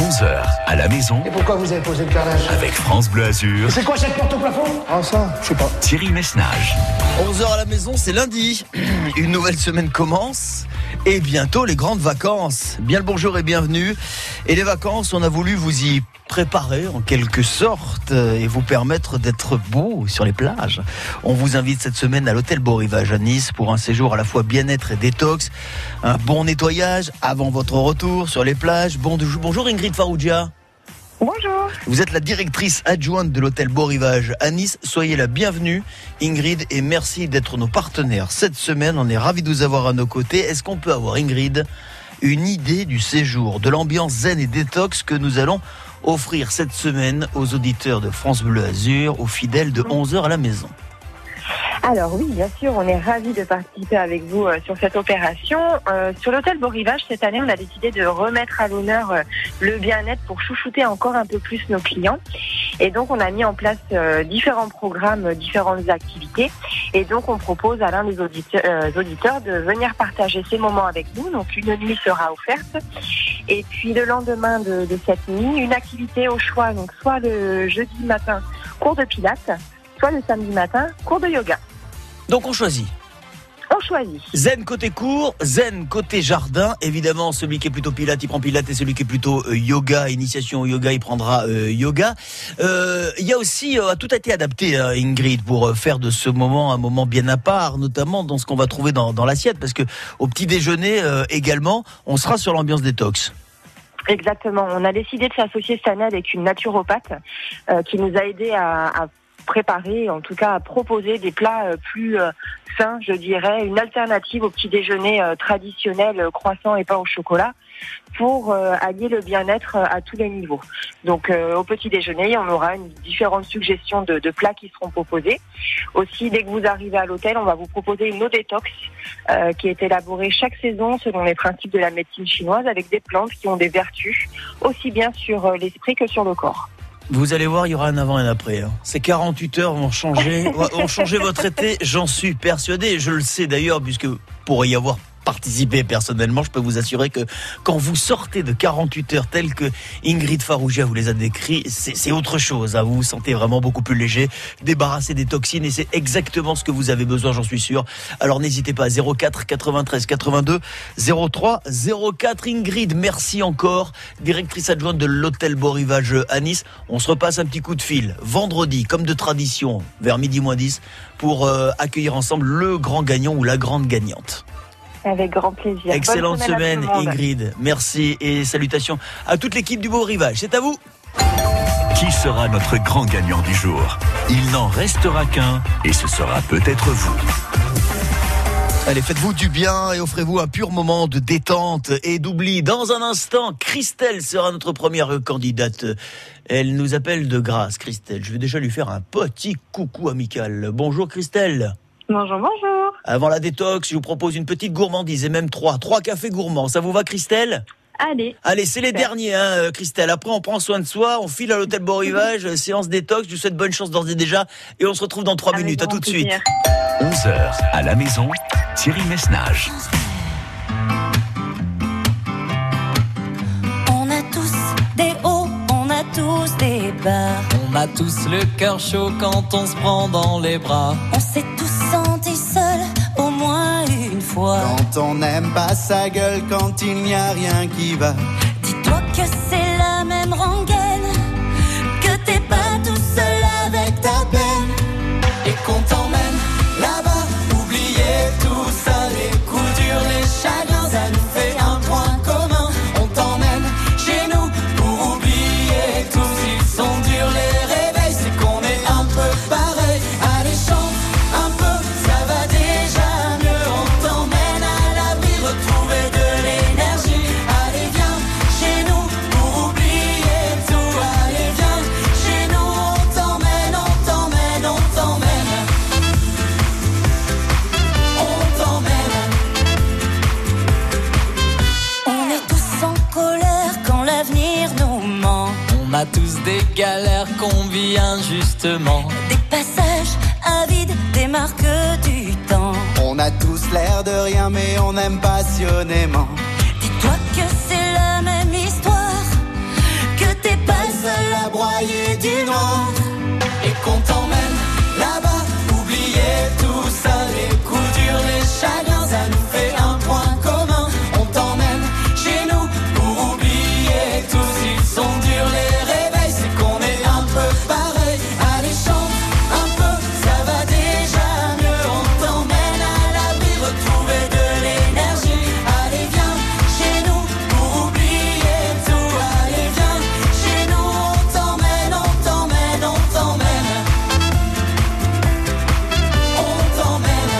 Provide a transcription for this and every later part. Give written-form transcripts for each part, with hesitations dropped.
11h à la maison. Et pourquoi vous avez posé le carrelage Avec France Bleu Azur. C'est quoi cette porte au plafond? Ah ça, je sais pas. Thierry Messnage. 11h à la maison, c'est lundi. Une nouvelle semaine commence. Et bientôt les grandes vacances. Bien le bonjour et bienvenue. Et les vacances, on a voulu vous y préparer en quelque sorte et vous permettre d'être beau sur les plages. On vous invite cette semaine à l'hôtel Beau Rivage à Nice pour un séjour à la fois bien-être et détox. Un bon nettoyage avant votre retour sur les plages. Bonjour Ingrid Farrugia. Bonjour. Vous êtes la directrice adjointe de l'hôtel Beau Rivage à Nice. Soyez la bienvenue, Ingrid, et merci d'être nos partenaires cette semaine. On est ravis de vous avoir à nos côtés. Est-ce qu'on peut avoir, Ingrid, une idée du séjour, de l'ambiance zen et détox que nous allons offrir cette semaine aux auditeurs de France Bleu Azur, aux fidèles de 11h à la maison? Alors oui, bien sûr, on est ravis de participer avec vous sur cette opération. Sur l'hôtel Beau Rivage, cette année, on a décidé de remettre à l'honneur le bien-être pour chouchouter encore un peu plus nos clients. Et donc, on a mis en place différents programmes, différentes activités. Et donc, on propose à l'un des auditeurs de venir partager ces moments avec nous. Donc, une nuit sera offerte. Et puis, le lendemain de cette nuit, une activité au choix. Donc, soit le jeudi matin, cours de pilates, soit le samedi matin, cours de yoga. Donc, on choisit. On choisit. Zen côté cours, zen côté jardin. Évidemment, celui qui est plutôt pilates, il prend pilates, et celui qui est plutôt yoga, initiation au yoga, il prendra yoga. Il y a aussi, tout a été adapté, Ingrid, pour faire de ce moment un moment bien à part, notamment dans ce qu'on va trouver dans l'assiette, parce que au petit déjeuner également, on sera sur l'ambiance détox. Exactement. On a décidé de s'associer cette année avec une naturopathe qui nous a aidé à préparer, en tout cas à proposer des plats plus sains, je dirais, une alternative au petit déjeuner traditionnel, croissant et pain au chocolat, pour allier le bien-être à tous les niveaux. Donc au petit déjeuner, on aura différentes suggestions de plats qui seront proposés. Aussi, dès que vous arrivez à l'hôtel, on va vous proposer une eau détox qui est élaborée chaque saison selon les principes de la médecine chinoise, avec des plantes qui ont des vertus aussi bien sur l'esprit que sur le corps. Vous allez voir, il y aura un avant et un après. Ces 48 heures vont changer votre été, j'en suis persuadé. Je le sais d'ailleurs, puisque pour y avoir participé personnellement, je peux vous assurer que quand vous sortez de 48 heures telles que Ingrid Farrugia vous les a décrits, c'est autre chose. Vous vous sentez vraiment beaucoup plus léger, débarrassé des toxines, et c'est exactement ce que vous avez besoin, j'en suis sûr. Alors n'hésitez pas, 04 93 82 03 04. Ingrid, merci encore, directrice adjointe de l'hôtel Beau Rivage à Nice. On se repasse un petit coup de fil vendredi, comme de tradition, vers midi moins 10, pour accueillir ensemble le grand gagnant ou la grande gagnante. Avec grand plaisir. Excellente semaine, Ingrid. Merci et salutations à toute l'équipe du Beau Rivage. C'est à vous. Qui sera notre grand gagnant du jour? Il n'en restera qu'un et ce sera peut-être vous. Allez, faites-vous du bien et offrez-vous un pur moment de détente et d'oubli. Dans un instant, Christelle sera notre première candidate. Elle nous appelle de grâce, Christelle. Je vais déjà lui faire un petit coucou amical. Bonjour Christelle. Bonjour, bonjour. Avant la détox, je vous propose une petite gourmandise et même trois cafés gourmands. Ça vous va, Christelle ? Allez, c'est les derniers, Christelle. Après, on prend soin de soi, on file à l'hôtel Beau Rivage, séance détox. Je vous souhaite bonne chance d'ores et déjà. Et on se retrouve dans 3 minutes. À tout de suite. 11h à la maison, Thierry Messnage. On a tous des hauts, on a tous des bas. On a tous le cœur chaud quand on se prend dans les bras. On s'est tous sentis seuls au moins une fois. Quand on n'aime pas sa gueule, quand il n'y a rien qui va. Dis-toi que c'est la même rengaine, que t'es pas tout seul avec ta peine. Et qu'on t'emmène là-bas, oubliez tout ça, les coups durs, les chagrins, ça nous fait un point commun. On t'emmène chez nous pour oublier tout. S'ils sont durs les réveils, c'est qu'on est un peu pareil. Allez, chante un peu, ça va déjà mieux. On t'emmène à l'abri, retrouver de l'énergie. Allez, viens chez nous pour oublier tout. Allez, viens chez nous, on t'emmène, on t'emmène, on t'emmène. On t'emmène. On est tous en colère quand l'avenir nous ment. On a tous des galères qu'on vit injustement. Des passages à vide, des marques du temps. On a tous l'air de rien, mais on aime passionnément. Dis-toi que c'est la même histoire, à broyer du noir et qu'on t'emmène là-bas, oublier tout ça, les coups durs, les chagrins, ça nous fait un point commun. On t'emmène chez nous pour oublier tout. S'ils sont durs les réveils, c'est qu'on est un peu pareil. Allez chante un peu, ça va déjà mieux. On t'emmène à l'abri, retrouver de l'énergie. Allez viens chez nous pour oublier tout. Allez viens chez nous, on t'emmène, on t'emmène, on t'emmène. On t'emmène.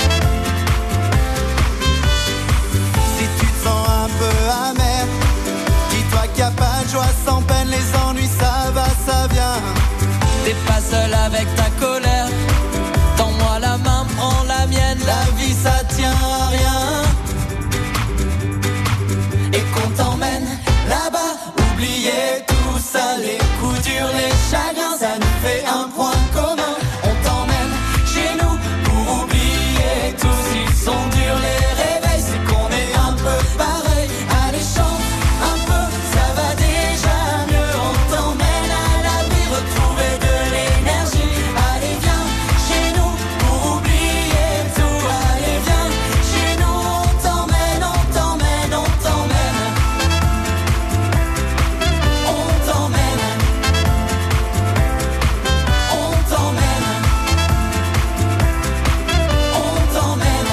Si tu te sens un peu amer, dis-toi qu'il n'y a pas de joie sans peine, les ennuis ça va, ça vient. T'es pas seul avec ta colère. Tends-moi la main, prends la mienne. La vie ça tient à rien. Et qu'on t'emmène là-bas, oublier tout ça, les coups durs, les chagrins, ça nous fait un point commun. On t'emmène chez nous pour oublier tout. S'ils sont durs les réveils, c'est qu'on est un peu pareil. Allez chante un peu, ça va déjà mieux. On t'emmène à l'abri, retrouver de l'énergie. Allez viens chez nous pour oublier tout. Allez viens chez nous, on t'emmène, on t'emmène, on t'emmène. On t'emmène. On t'emmène. On t'emmène.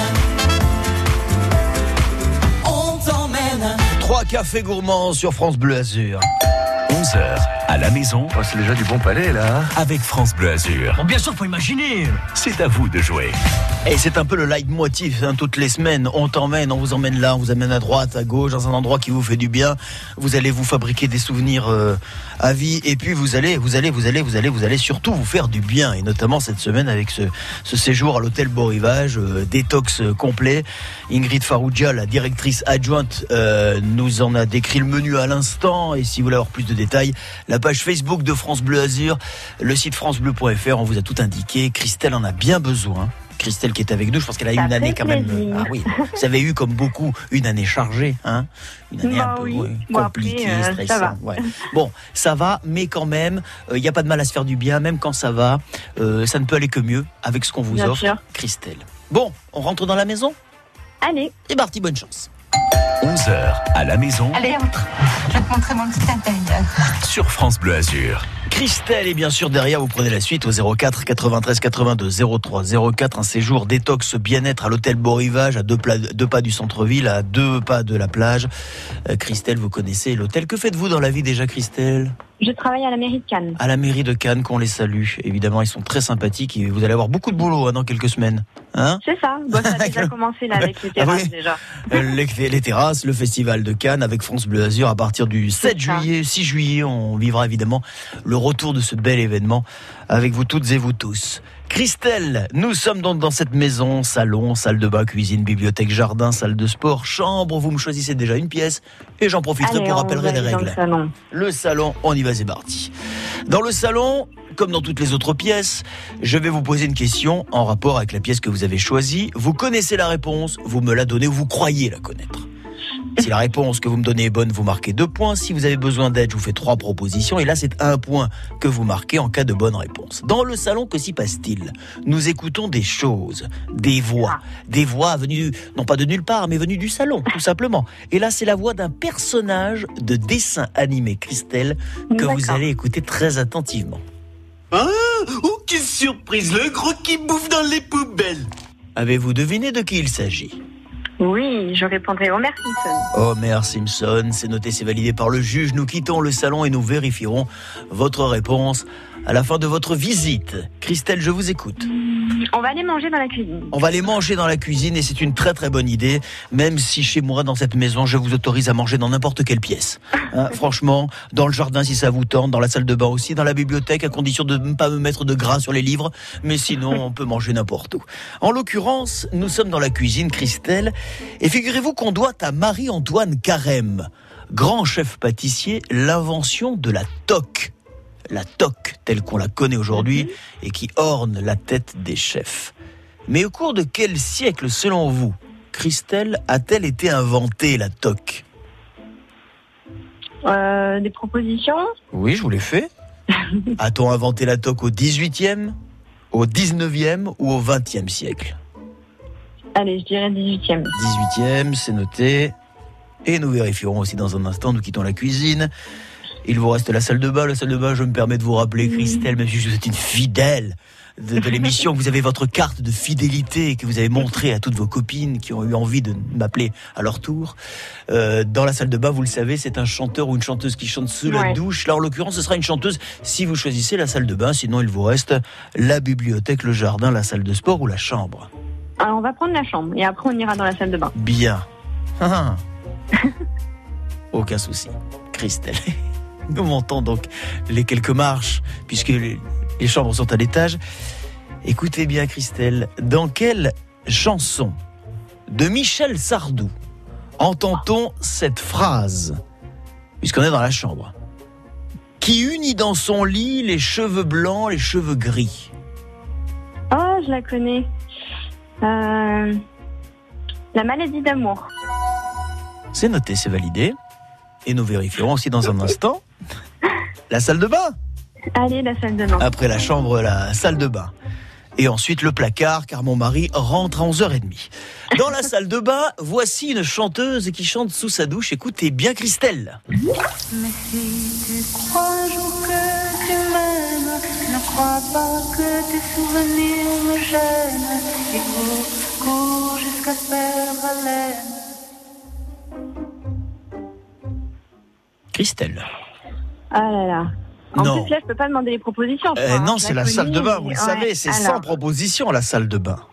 On t'emmène. 3 cafés gourmands sur France Bleu Azur. 11h à la maison Oh, c'est déjà du bon palais, là. avec France Bleu Azur. Bon, bien sûr, faut imaginer. C'est à vous de jouer. Et c'est un peu le leitmotiv, hein, toutes les semaines. On t'emmène, on vous emmène là, on vous amène à droite, à gauche, dans un endroit qui vous fait du bien. Vous allez vous fabriquer des souvenirs à vie. Et puis vous allez surtout vous faire du bien. Et notamment cette semaine avec ce séjour à l'hôtel Beau Rivage, détox complet. Ingrid Farougia, la directrice adjointe, nous en a décrit le menu à l'instant. Et si vous voulez avoir plus de détails, la page Facebook de France Bleu Azur, le site francebleu.fr, on vous a tout indiqué. Christelle en a bien besoin. Christelle qui est avec nous, je pense qu'elle a eu Ça une année fait quand même. plaisir. Ah oui, vous avez eu comme beaucoup une année chargée, hein, une année un Bah peu oui. ouais, Bon, compliquée, après, ça stressante. va. Ouais. Bon, ça va, mais quand même, il n'y a pas de mal à se faire du bien, même quand ça va. Ça ne peut aller que mieux avec ce qu'on vous Bien offre, sûr. Christelle. Bon, on rentre dans la maison. Allez. Et Barty, bonne chance. 11h à la maison Allez, entre. Je vais te montrer mon petit intérieur. sur France Bleu Azur. Christelle est bien sûr derrière, vous prenez la suite au 04 93 82 03 04, un séjour détox bien-être à l'hôtel Beau Rivage, à deux pas du centre-ville, à 2 pas de la plage. Christelle, vous connaissez l'hôtel. Que faites-vous dans la vie déjà, Christelle ? Je travaille à la mairie de Cannes. À la mairie de Cannes, qu'on les salue. Évidemment, ils sont très sympathiques et vous allez avoir beaucoup de boulot dans quelques semaines. Hein ? C'est ça. Bon, ça a déjà commencé là avec les terrasses oui. déjà. Les terrasses, le festival de Cannes avec France Bleu Azur à partir du 7 C'est ça. juillet, 6 juillet, on vivra évidemment le retour de ce bel événement avec vous toutes et vous tous. Christelle, nous sommes donc dans cette maison, salon, salle de bain, cuisine, bibliothèque, jardin, salle de sport, chambre. Vous me choisissez déjà une pièce et j'en profiterai Allez, pour on rappeler va les aller dans règles. le salon. Le salon, on y va, c'est parti. Dans le salon, comme dans toutes les autres pièces, je vais vous poser une question en rapport avec la pièce que vous avez choisie. Vous connaissez la réponse, vous me la donnez ou vous croyez la connaître. Si la réponse que vous me donnez est bonne, vous marquez 2 points. Si vous avez besoin d'aide, je vous fais 3 propositions. Et là, c'est 1 point que vous marquez en cas de bonne réponse. Dans le salon, que s'y passe-t-il ? Nous écoutons des choses, des voix venues, non pas de nulle part, mais venues du salon, tout simplement. Et là, c'est la voix d'un personnage de dessin animé, Christelle, que vous D'accord. allez écouter très attentivement. Ah, oh, quelle surprise, le gros qui bouffe dans les poubelles. Avez-vous deviné de qui il s'agit ? Oui, je répondrai Homer Simpson. Homer Simpson, c'est noté, c'est validé par le juge. Nous quittons le salon et nous vérifierons votre réponse à la fin de votre visite. Christelle, je vous écoute. On va aller manger dans la cuisine. On va aller manger dans la cuisine et c'est une très très bonne idée, même si chez moi, dans cette maison, je vous autorise à manger dans n'importe quelle pièce. Hein, franchement, dans le jardin si ça vous tente, dans la salle de bain aussi, dans la bibliothèque, à condition de ne pas me mettre de gras sur les livres, mais sinon, on peut manger n'importe où. En l'occurrence, nous sommes dans la cuisine, Christelle, et figurez-vous qu'on doit à Marie-Antoine Carême, grand chef pâtissier, l'invention de la toque. La toque telle qu'on la connaît aujourd'hui et qui orne la tête des chefs. Mais au cours de quel siècle, selon vous, Christelle, a-t-elle été inventée, la toque ? Des propositions ? Oui, je vous l'ai fait. A-t-on inventé la toque au 18e, au 19e ou au 20e siècle? Allez, je dirais 18e. 18e, c'est noté. Et nous vérifierons aussi dans un instant, nous quittons la cuisine. Il vous reste la salle de bain. La salle de bain, je me permets de vous rappeler, Christelle, même si vous êtes une fidèle de l'émission, vous avez votre carte de fidélité que vous avez montrée à toutes vos copines qui ont eu envie de m'appeler à leur tour. Dans la salle de bain, vous le savez, c'est un chanteur ou une chanteuse qui chante sous la douche. Là, en l'occurrence, ce sera une chanteuse si vous choisissez la salle de bain. Sinon, il vous reste la bibliothèque, le jardin, la salle de sport ou la chambre. Alors, on va prendre la chambre et après, on ira dans la salle de bain. Bien. Aucun souci. Christelle. Nous montons donc les quelques marches, puisque les chambres sont à l'étage. Écoutez bien, Christelle, dans quelle chanson de Michel Sardou entend-on cette phrase, puisqu'on est dans la chambre, qui unit dans son lit les cheveux blancs, les cheveux gris? Oh, je la connais. La maladie d'amour. C'est noté, c'est validé. Et nous vérifierons aussi dans un instant la salle de bain. Allez, la salle de bain. Après la chambre, la salle de bain. Et ensuite le placard, car mon mari rentre à 11h30. Dans la salle de bain, voici une chanteuse qui chante sous sa douche. Écoutez bien, Christelle. Mais si tu crois un jour que tu m'aimes, ne crois pas que tes souvenirs me gênent. Et cours jusqu'à perdre haleine. Christelle. Ah là là. En Non. plus, là, je peux pas demander les propositions. Non, c'est la salle de bain, vous le savez, c'est sans proposition, la salle de bain.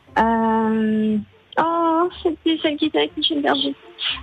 Oh, c'était celle qui était avec Michel Berger.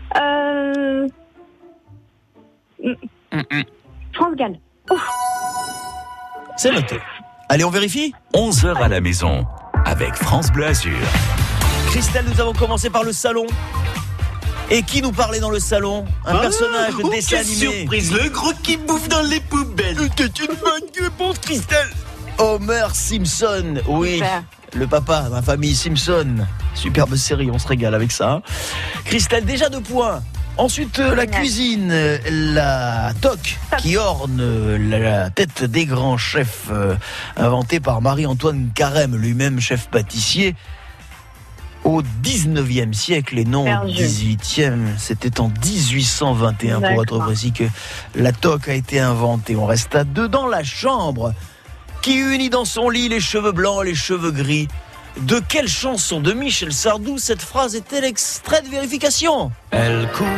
France Gall. C'est noté. Allez, on vérifie? 11h à la maison, avec France Bleu Azur. Christelle, nous avons commencé par le salon. Et qui nous parlait dans le salon? Un personnage de dessin quelle animé. surprise, le gros qui bouffe dans les poubelles. C'était une bonne réponse, Christelle. Homer Simpson, oui. Super. Le papa, ma famille Simpson. Superbe série, on se régale avec ça. Christelle, déjà 2 points. Ensuite, la cuisine, la toque qui orne la tête des grands chefs, inventée par Marie-Antoine Carême, lui-même chef pâtissier. Au 19e siècle et non au 18e, c'était en 1821 pour être précis que la toque a été inventée. On reste à 2 dans la chambre. Qui unit dans son lit les cheveux blancs, les cheveux gris? De quelle chanson de Michel Sardou cette phrase est-elle extrait de vérification? Elle court,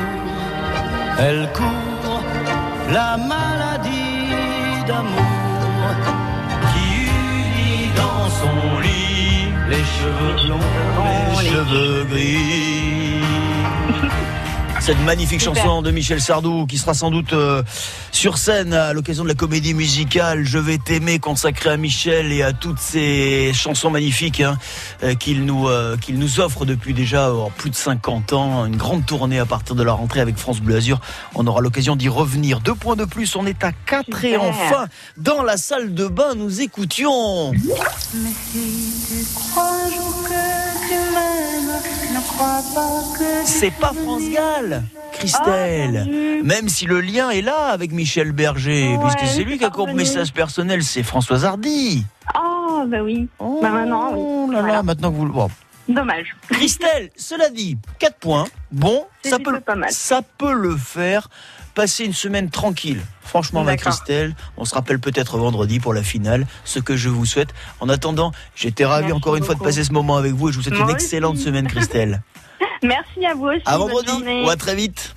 la maladie d'amour qui unit dans son lit les cheveux blonds, les cheveux gris. Cette magnifique Super. chanson de Michel Sardou qui sera sans doute sur scène à l'occasion de la comédie musicale Je vais t'aimer, consacrée à Michel et à toutes ces chansons magnifiques qu'il nous offre depuis déjà plus de 50 ans. Une grande tournée à partir de la rentrée avec France Bleu Azur. On aura l'occasion d'y revenir. 2 points de plus, on est à 4. Super. Et enfin, dans la salle de bain, nous écoutions. Mais si tu crois un jour que tu m'aimes, ne crois pas que c'est pas France Gall, Christelle. Même si le lien est là avec Michel Berger, puisque c'est lui qui a composé message personnel, c'est Françoise Hardy. Oh, bah oui. Bah maintenant, oui. Oh là là, maintenant que vous le... Bon. Dommage. Christelle, cela dit, 4 points. Bon, ça peut le faire. Passer une semaine tranquille. Franchement, ma Christelle, on se rappelle peut-être vendredi pour la finale, ce que je vous souhaite. En attendant, j'étais ravi encore une fois de passer ce moment avec vous et je vous souhaite une excellente semaine, Christelle. Merci à vous aussi. À vendredi ou à très vite.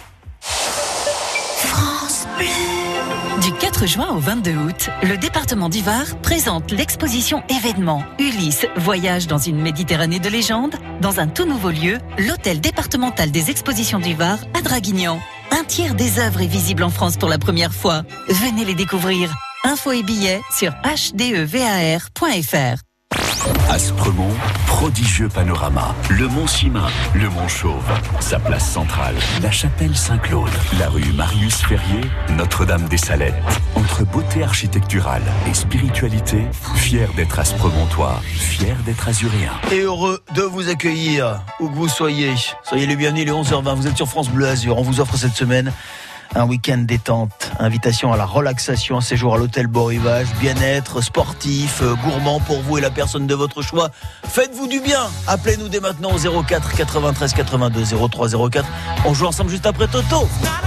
France Bleu. Du 4 juin au 22 août, le département du Var présente l'exposition événement Ulysse, voyage dans une Méditerranée de légende, dans un tout nouveau lieu, l'hôtel départemental des expositions du Var à Draguignan. 1/3 des œuvres est visible en France pour la première fois. Venez les découvrir. Infos et billets sur hdevar.fr. Aspremont, prodigieux panorama. Le Mont Simin, le Mont Chauve, sa place centrale. La chapelle Saint-Claude, la rue Marius-Ferrier, Notre-Dame des Salettes. Entre beauté architecturale et spiritualité, fier d'être aspremontois, fier d'être azuréen. Et heureux de vous accueillir, où que vous soyez. Soyez les bienvenus, les 11h20, vous êtes sur France Bleu Azur. On vous offre cette semaine Un week-end détente, invitation à la relaxation, un séjour à l'hôtel Beau Rivage, bien-être, sportif, gourmand pour vous et la personne de votre choix. Faites-vous du bien. Appelez-nous dès maintenant au 04 93 82 03 04. On joue ensemble juste après Toto.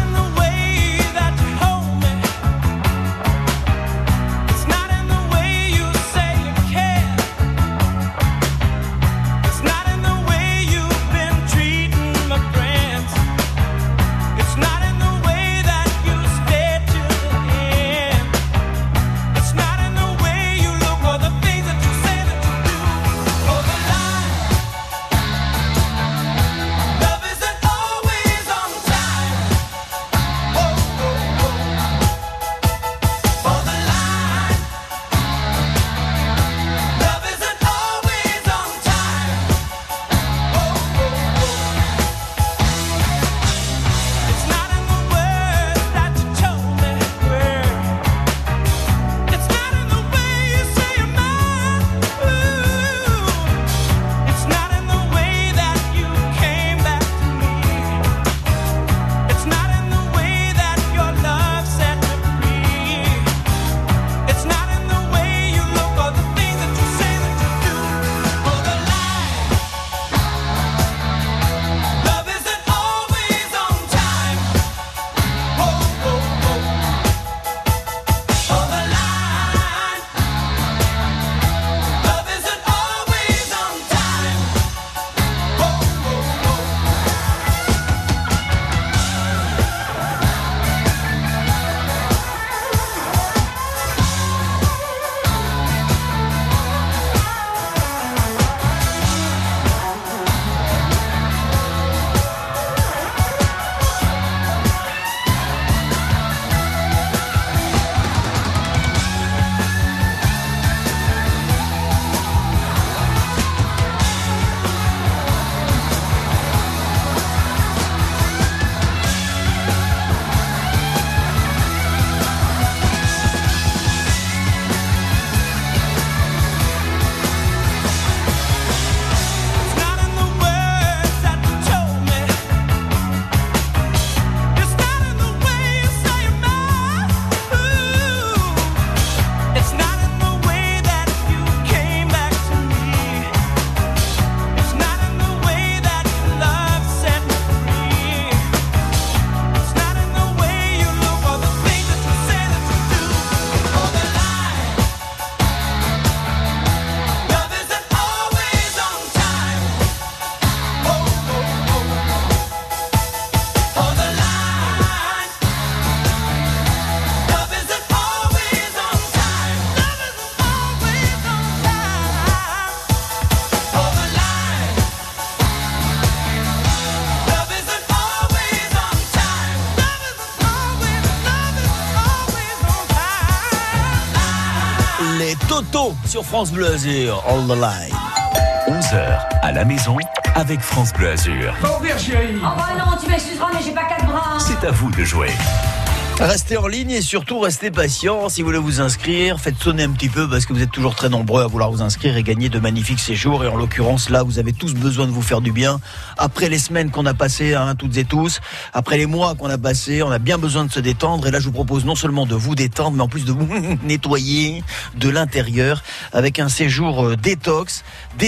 Toto sur France Bleu Azur, All the Line. 11h à la maison avec France Bleu Azur. Faut ouvrir, chérie. Oh bah non, tu m'excuseras, mais j'ai pas 4 bras. C'est à vous de jouer. Restez en ligne et surtout restez patient. Si vous voulez vous inscrire, faites sonner un petit peu parce que vous êtes toujours très nombreux à vouloir vous inscrire et gagner de magnifiques séjours. Et en l'occurrence, là, vous avez tous besoin de vous faire du bien. Après les semaines qu'on a passées, toutes et tous, après les mois qu'on a passés, on a bien besoin de se détendre. Et là, je vous propose non seulement de vous détendre, mais en plus de vous nettoyer de l'intérieur avec un séjour détox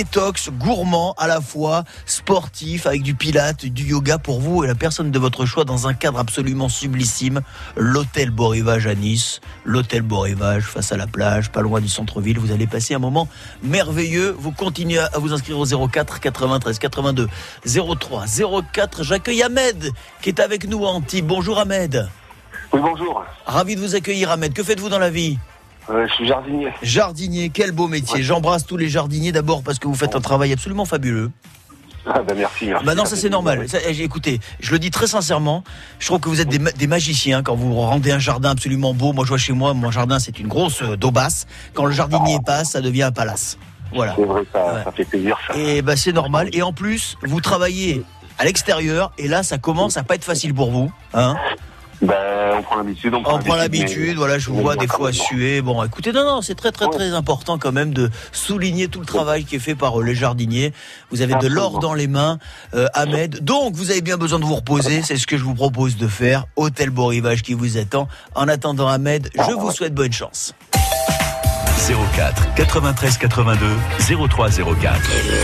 gourmand à la fois, sportif, avec du pilates, du yoga pour vous et la personne de votre choix dans un cadre absolument sublissime. L'hôtel Beau Rivage à Nice, l'hôtel Beau Rivage face à la plage, pas loin du centre-ville. Vous allez passer un moment merveilleux. Vous continuez à vous inscrire au 04 93 82 03 04. J'accueille Ahmed qui est avec nous à Antibes. Bonjour Ahmed. Oui, bonjour. Ravi de vous accueillir Ahmed. Que faites-vous dans la vie ? Je suis jardinier. Jardinier, quel beau métier. Ouais. J'embrasse tous les jardiniers d'abord parce que vous faites un travail absolument fabuleux. Ah ben merci. Bah non, ça c'est normal. Ça, écoutez, je le dis très sincèrement, je trouve que vous êtes des magiciens quand vous rendez un jardin absolument beau. Moi je vois chez moi, mon jardin c'est une grosse daubasse. Quand le jardinier passe, ça devient un palace. Voilà. C'est vrai, ça fait plaisir ça. Et bah c'est normal. Et en plus, vous travaillez à l'extérieur et là ça commence à pas être facile pour vous, hein. On prend l'habitude. On prend l'habitude, voilà, je vous vois des fois suer. Bon, écoutez, non, c'est très important quand même de souligner tout le travail qui est fait par les jardiniers. Vous avez de l'or dans les mains, Ahmed. Donc, vous avez bien besoin de vous reposer. C'est ce que je vous propose de faire. Hôtel Beau Rivage qui vous attend. En attendant, Ahmed, je vous souhaite bonne chance. 04 93 82 03 04.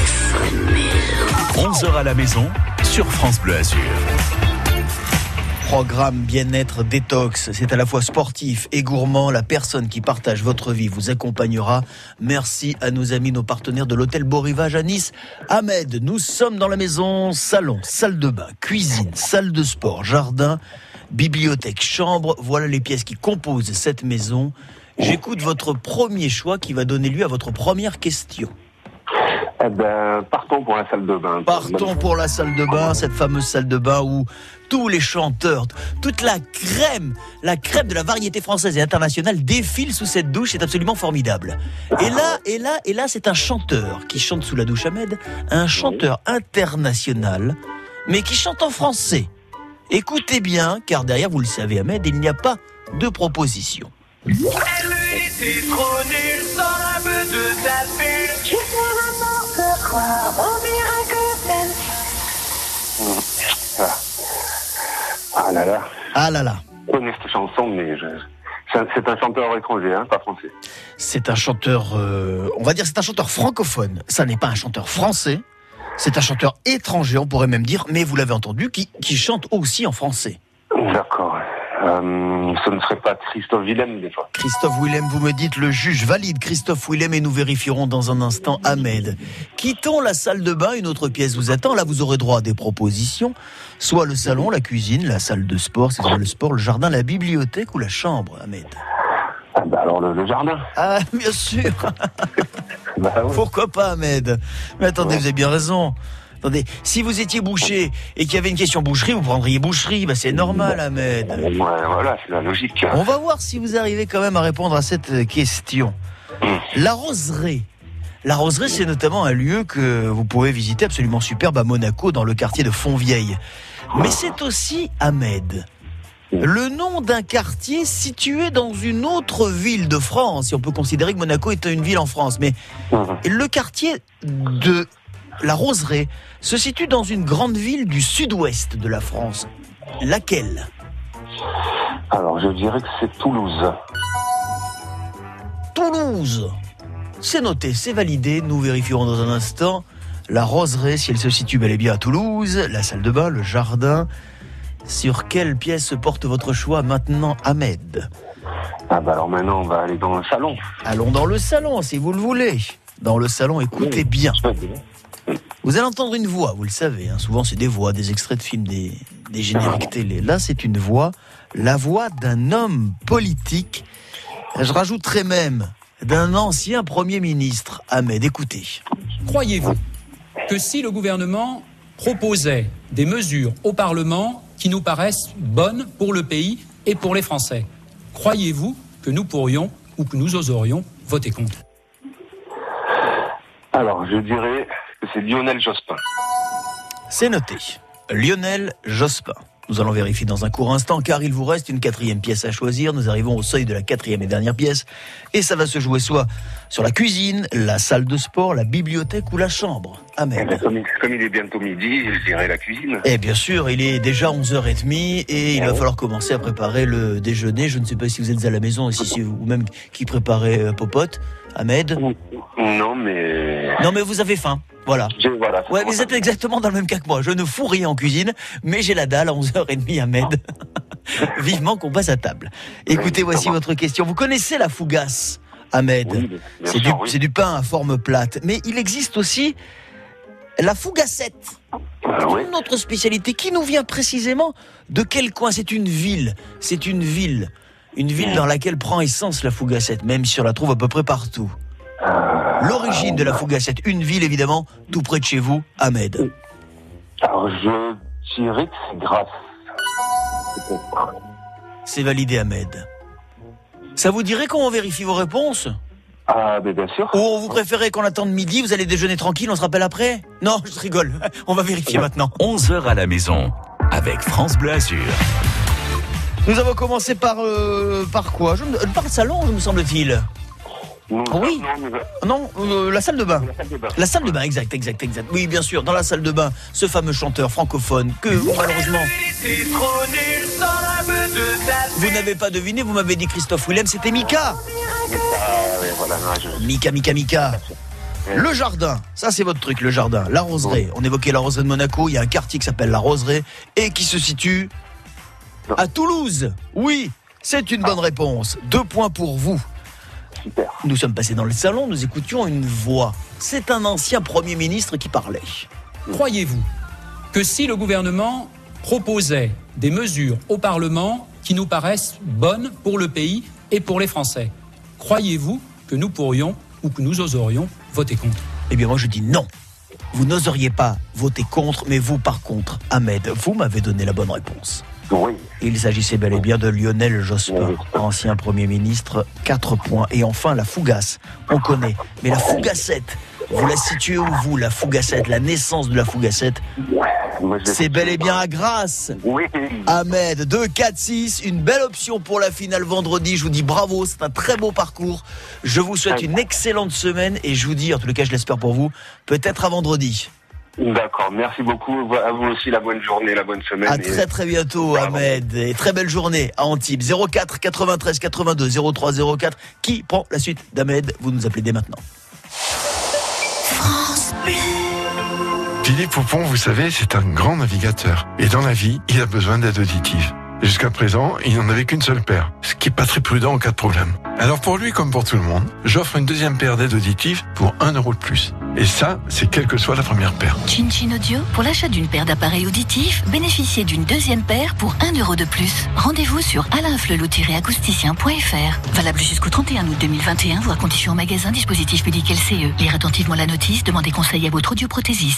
11h à la maison sur France Bleu Azur. Programme bien-être détox, c'est à la fois sportif et gourmand. La personne qui partage votre vie vous accompagnera. Merci à nos amis, nos partenaires de l'hôtel Beau Rivage à Nice. Ahmed, nous sommes dans la maison. Salon, salle de bain, cuisine, salle de sport, jardin, bibliothèque, chambre. Voilà les pièces qui composent cette maison. J'écoute votre premier choix qui va donner lieu à votre première question. Partons pour la salle de bain. Partons pour la salle de bain, cette fameuse salle de bain où tous les chanteurs, toute la crème de la variété française et internationale défile sous cette douche. C'est absolument formidable. Et là, c'est un chanteur qui chante sous la douche, Ahmed, un chanteur international, mais qui chante en français. Écoutez bien, car derrière, vous le savez, Ahmed, il n'y a pas de proposition. Elle était trop nulle sans un peu de ta bulle. Je suis vraiment de croire au miracle de Ah là là. Je connais cette chanson, mais c'est un chanteur étranger, pas français. C'est un chanteur, on va dire, c'est un chanteur francophone. Ça n'est pas un chanteur français. C'est un chanteur étranger, on pourrait même dire, mais vous l'avez entendu, qui chante aussi en français. D'accord. Ce ne serait pas Christophe Willem, des fois. Christophe Willem, vous me dites, le juge valide Christophe Willem et nous vérifierons dans un instant. Ahmed, quittons la salle de bain, une autre pièce vous attend. Là, vous aurez droit à des propositions. Soit le salon, la cuisine, la salle de sport, c'est-à-dire le sport, le jardin, la bibliothèque ou la chambre, Ahmed. Alors le jardin. Ah, bien sûr. Pourquoi pas, Ahmed? Mais attendez, vous avez bien raison. Attendez, si vous étiez boucher et qu'il y avait une question boucherie, vous prendriez boucherie. C'est normal, Ahmed. Ouais, voilà, c'est la logique. On va voir si vous arrivez quand même à répondre à cette question. La roseraie. La roseraie, c'est notamment un lieu que vous pouvez visiter, absolument superbe, à Monaco, dans le quartier de Fontvieille. Mais c'est aussi, Ahmed, le nom d'un quartier situé dans une autre ville de France. Si on peut considérer que Monaco est une ville en France. Mais le quartier de la roseraie se situe dans une grande ville du sud-ouest de la France. Laquelle? Alors, je dirais que c'est Toulouse. Toulouse. C'est noté, c'est validé. Nous vérifierons dans un instant. La roseraie, si elle se situe bel et bien à Toulouse, la salle de bain, le jardin. Sur quelle pièce porte votre choix maintenant, Ahmed? Alors maintenant, on va aller dans le salon. Allons dans le salon, si vous le voulez. Dans le salon, écoutez bien. Vous allez entendre une voix, vous le savez. Souvent, c'est des voix, des extraits de films, des génériques télé. Là, c'est une voix, la voix d'un homme politique. Je rajouterais même d'un ancien Premier ministre. Ahmed, écoutez. Croyez-vous que si le gouvernement proposait des mesures au Parlement qui nous paraissent bonnes pour le pays et pour les Français, croyez-vous que nous pourrions ou que nous oserions voter contre? Alors, je dirais que c'est Lionel Jospin. C'est noté. Lionel Jospin. Nous allons vérifier dans un court instant, car il vous reste une 4e pièce à choisir. Nous arrivons au seuil de la 4e et dernière pièce. Et ça va se jouer soit sur la cuisine, la salle de sport, la bibliothèque ou la chambre. Ahmed. Comme il est bientôt midi, je dirais la cuisine. Et bien sûr, il est déjà 11h30 et il va falloir commencer à préparer le déjeuner. Je ne sais pas si vous êtes à la maison et si c'est vous-même qui préparez popote. Ahmed? Non, mais vous avez faim. Voilà. Ouais, vous êtes exactement dans le même cas que moi. Je ne fous rien en cuisine, mais j'ai la dalle à 11h30, Ahmed. Vivement qu'on passe à table. Écoutez, voici votre question. Vous connaissez la fougasse, Ahmed? Oui, c'est du pain à forme plate. Mais il existe aussi la fougassette. Une autre spécialité qui nous vient précisément de quel coin? C'est une ville. Une ville dans laquelle prend essence la fougassette, même si on la trouve à peu près partout. L'origine de la fougassette, une ville évidemment, tout près de chez vous, Ahmed. Alors je dirais que c'est Grasse. C'est validé, Ahmed. Ça vous dirait qu'on vérifie vos réponses? Ah, mais bien sûr. Ou vous préférez qu'on attende midi, vous allez déjeuner tranquille, on se rappelle après? Non, je rigole, on va vérifier maintenant. 11h à la maison, avec France Bleu Azur. Nous avons commencé par quoi par le salon, me semble-t-il. Oui. Non, la salle de bain. La salle de bain, exact. Oui, bien sûr, dans la salle de bain, ce fameux chanteur francophone que malheureusement vous n'avez pas deviné. Vous m'avez dit Christophe Willem, c'était Mika. Mika. Le jardin, ça c'est votre truc, le jardin. La roseraie, on évoquait la roseraie de Monaco. Il y a un quartier qui s'appelle la Roseraie et qui se situe à Toulouse. Oui, c'est une bonne réponse. 2 points pour vous. Super. Nous sommes passés dans le salon, nous écoutions une voix. C'est un ancien Premier ministre qui parlait. Croyez-vous que si le gouvernement proposait des mesures au Parlement qui nous paraissent bonnes pour le pays et pour les Français, croyez-vous que nous pourrions ou que nous oserions voter contre? Eh bien moi je dis non. Vous n'oseriez pas voter contre, mais vous par contre, Ahmed, vous m'avez donné la bonne réponse. Oui. Il s'agissait bel et bien de Lionel Jospin, ancien Premier ministre, 4 points. Et enfin, la Fougasse, on connaît. Mais la Fougassette, vous la situez où vous, la Fougassette, la naissance de la Fougassette? C'est bel et bien à Grasse. Oui. Ahmed, 2, 4, 6, une belle option pour la finale vendredi. Je vous dis bravo, c'est un très beau parcours. Je vous souhaite une excellente semaine et je vous dis, en tout cas je l'espère pour vous, peut-être à vendredi. D'accord, merci beaucoup. À vous aussi, la bonne journée, la bonne semaine. À très très bientôt, Ahmed. Et très belle journée à Antibes. 04 93 82 03 04. Qui prend la suite d'Ahmed? Vous nous appelez dès maintenant. France Bleu. Philippe Poupon, vous savez, c'est un grand navigateur. Et dans la vie, il a besoin d'aide auditive. Jusqu'à présent, il n'en avait qu'une seule paire, ce qui n'est pas très prudent en cas de problème. Alors pour lui, comme pour tout le monde, j'offre une deuxième paire d'aides auditives pour 1 € de plus. Et ça, c'est quelle que soit la première paire. Chin Chin Audio, pour l'achat d'une paire d'appareils auditifs, bénéficiez d'une deuxième paire pour 1 € de plus. Rendez-vous sur alainflelou-acousticien.fr. Valable jusqu'au 31 août 2021, voire conditions en magasin, dispositif public LCE. Lire attentivement la notice, demandez conseil à votre audioprothésiste.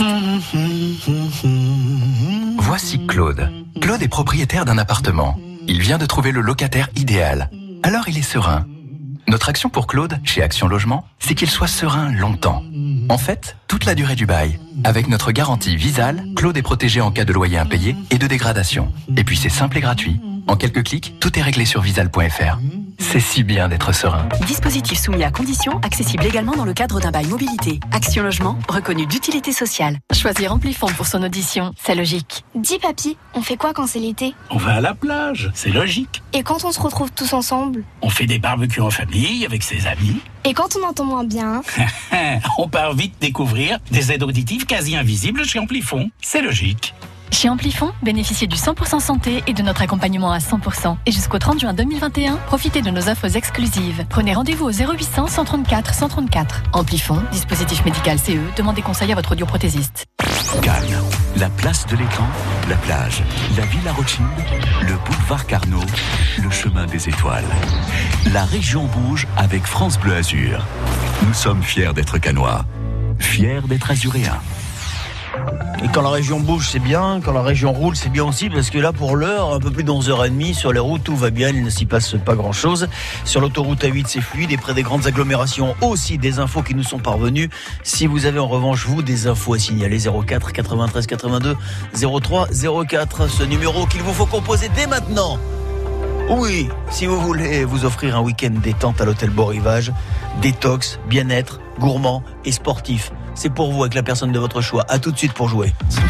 Voici Claude. Claude est propriétaire d'un appartement. Il vient de trouver le locataire idéal. Alors il est serein. Notre action pour Claude, chez Action Logement, c'est qu'il soit serein longtemps. En fait, toute la durée du bail. Avec notre garantie Visal, Claude est protégé en cas de loyer impayé et de dégradation. Et puis c'est simple et gratuit. En quelques clics, tout est réglé sur visal.fr. C'est si bien d'être serein. Dispositif soumis à conditions, accessible également dans le cadre d'un bail mobilité. Action Logement, reconnu d'utilité sociale. Choisir Amplifon pour son audition, c'est logique. Dis papy, on fait quoi quand c'est l'été? On va à la plage, c'est logique. Et quand on se retrouve tous ensemble? On fait des barbecues en famille avec ses amis. Et quand on entend moins bien? On part vite découvrir des aides auditives quasi invisibles chez Amplifon. C'est logique. Chez Amplifon, bénéficiez du 100% santé et de notre accompagnement à 100%. Et jusqu'au 30 juin 2021, profitez de nos offres exclusives. Prenez rendez-vous au 0800 134 134. Amplifon, dispositif médical CE, demandez conseil à votre audioprothésiste. Cannes, la place de l'étang, la plage, la Villa Rothschild, le boulevard Carnot, le chemin des étoiles. La région bouge avec France Bleu Azur. Nous sommes fiers d'être cannois, fiers d'être azuréens. Et quand la région bouge, c'est bien. Quand la région roule, c'est bien aussi. Parce que là, pour l'heure, un peu plus de 11h30, sur les routes, tout va bien. Il ne s'y passe pas grand-chose. Sur l'autoroute A8, c'est fluide. Et près des grandes agglomérations, aussi des infos qui nous sont parvenues. Si vous avez en revanche, vous, des infos à signaler, 04 93 82 03 04. Ce numéro qu'il vous faut composer dès maintenant. Oui, si vous voulez vous offrir un week-end détente à l'hôtel Beau Rivage, détox, bien-être, gourmand et sportif. C'est pour vous avec la personne de votre choix. À tout de suite pour jouer.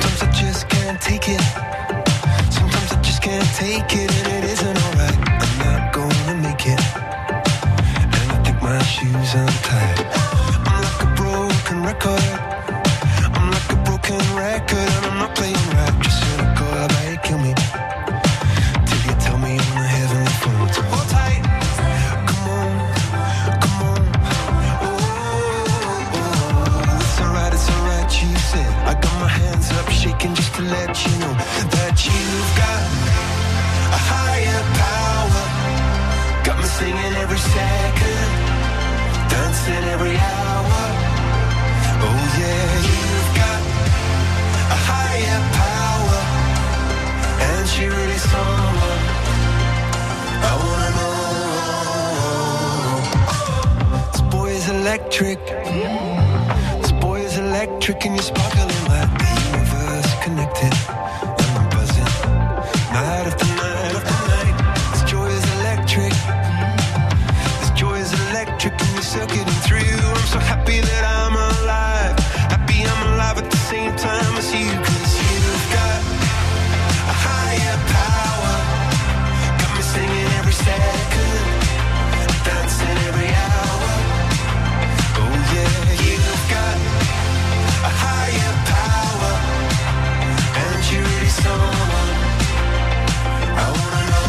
Just to let you know that you've got a higher power. Got me singing every second, dancing every hour. Oh yeah, you've got a higher power, and she really someone I wanna know. This boy is electric. This boy is electric, and you're sparkling like connected, and I'm buzzing. Night after night after night, I still getting through. I'm so happy that I'm alive. Happy I'm alive at the same time as you. 'Cause you've got a higher power. Got me singing every second, dancing every hour. Oh yeah, you've got a higher power. And you're really someone I wanna know.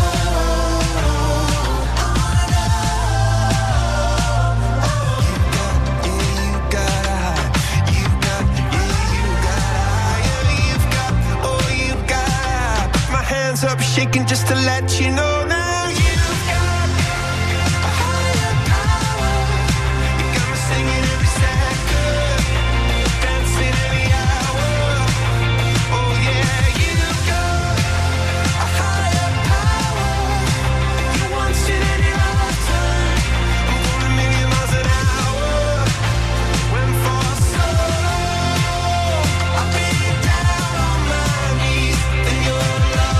Up shaking just to let you know now you've got a higher power. You got me singing every second, dancing every hour. Oh yeah, you've got a higher power. You want it any lifetime. I'm going a million miles an hour. When for so long I've been down on my knees in your love.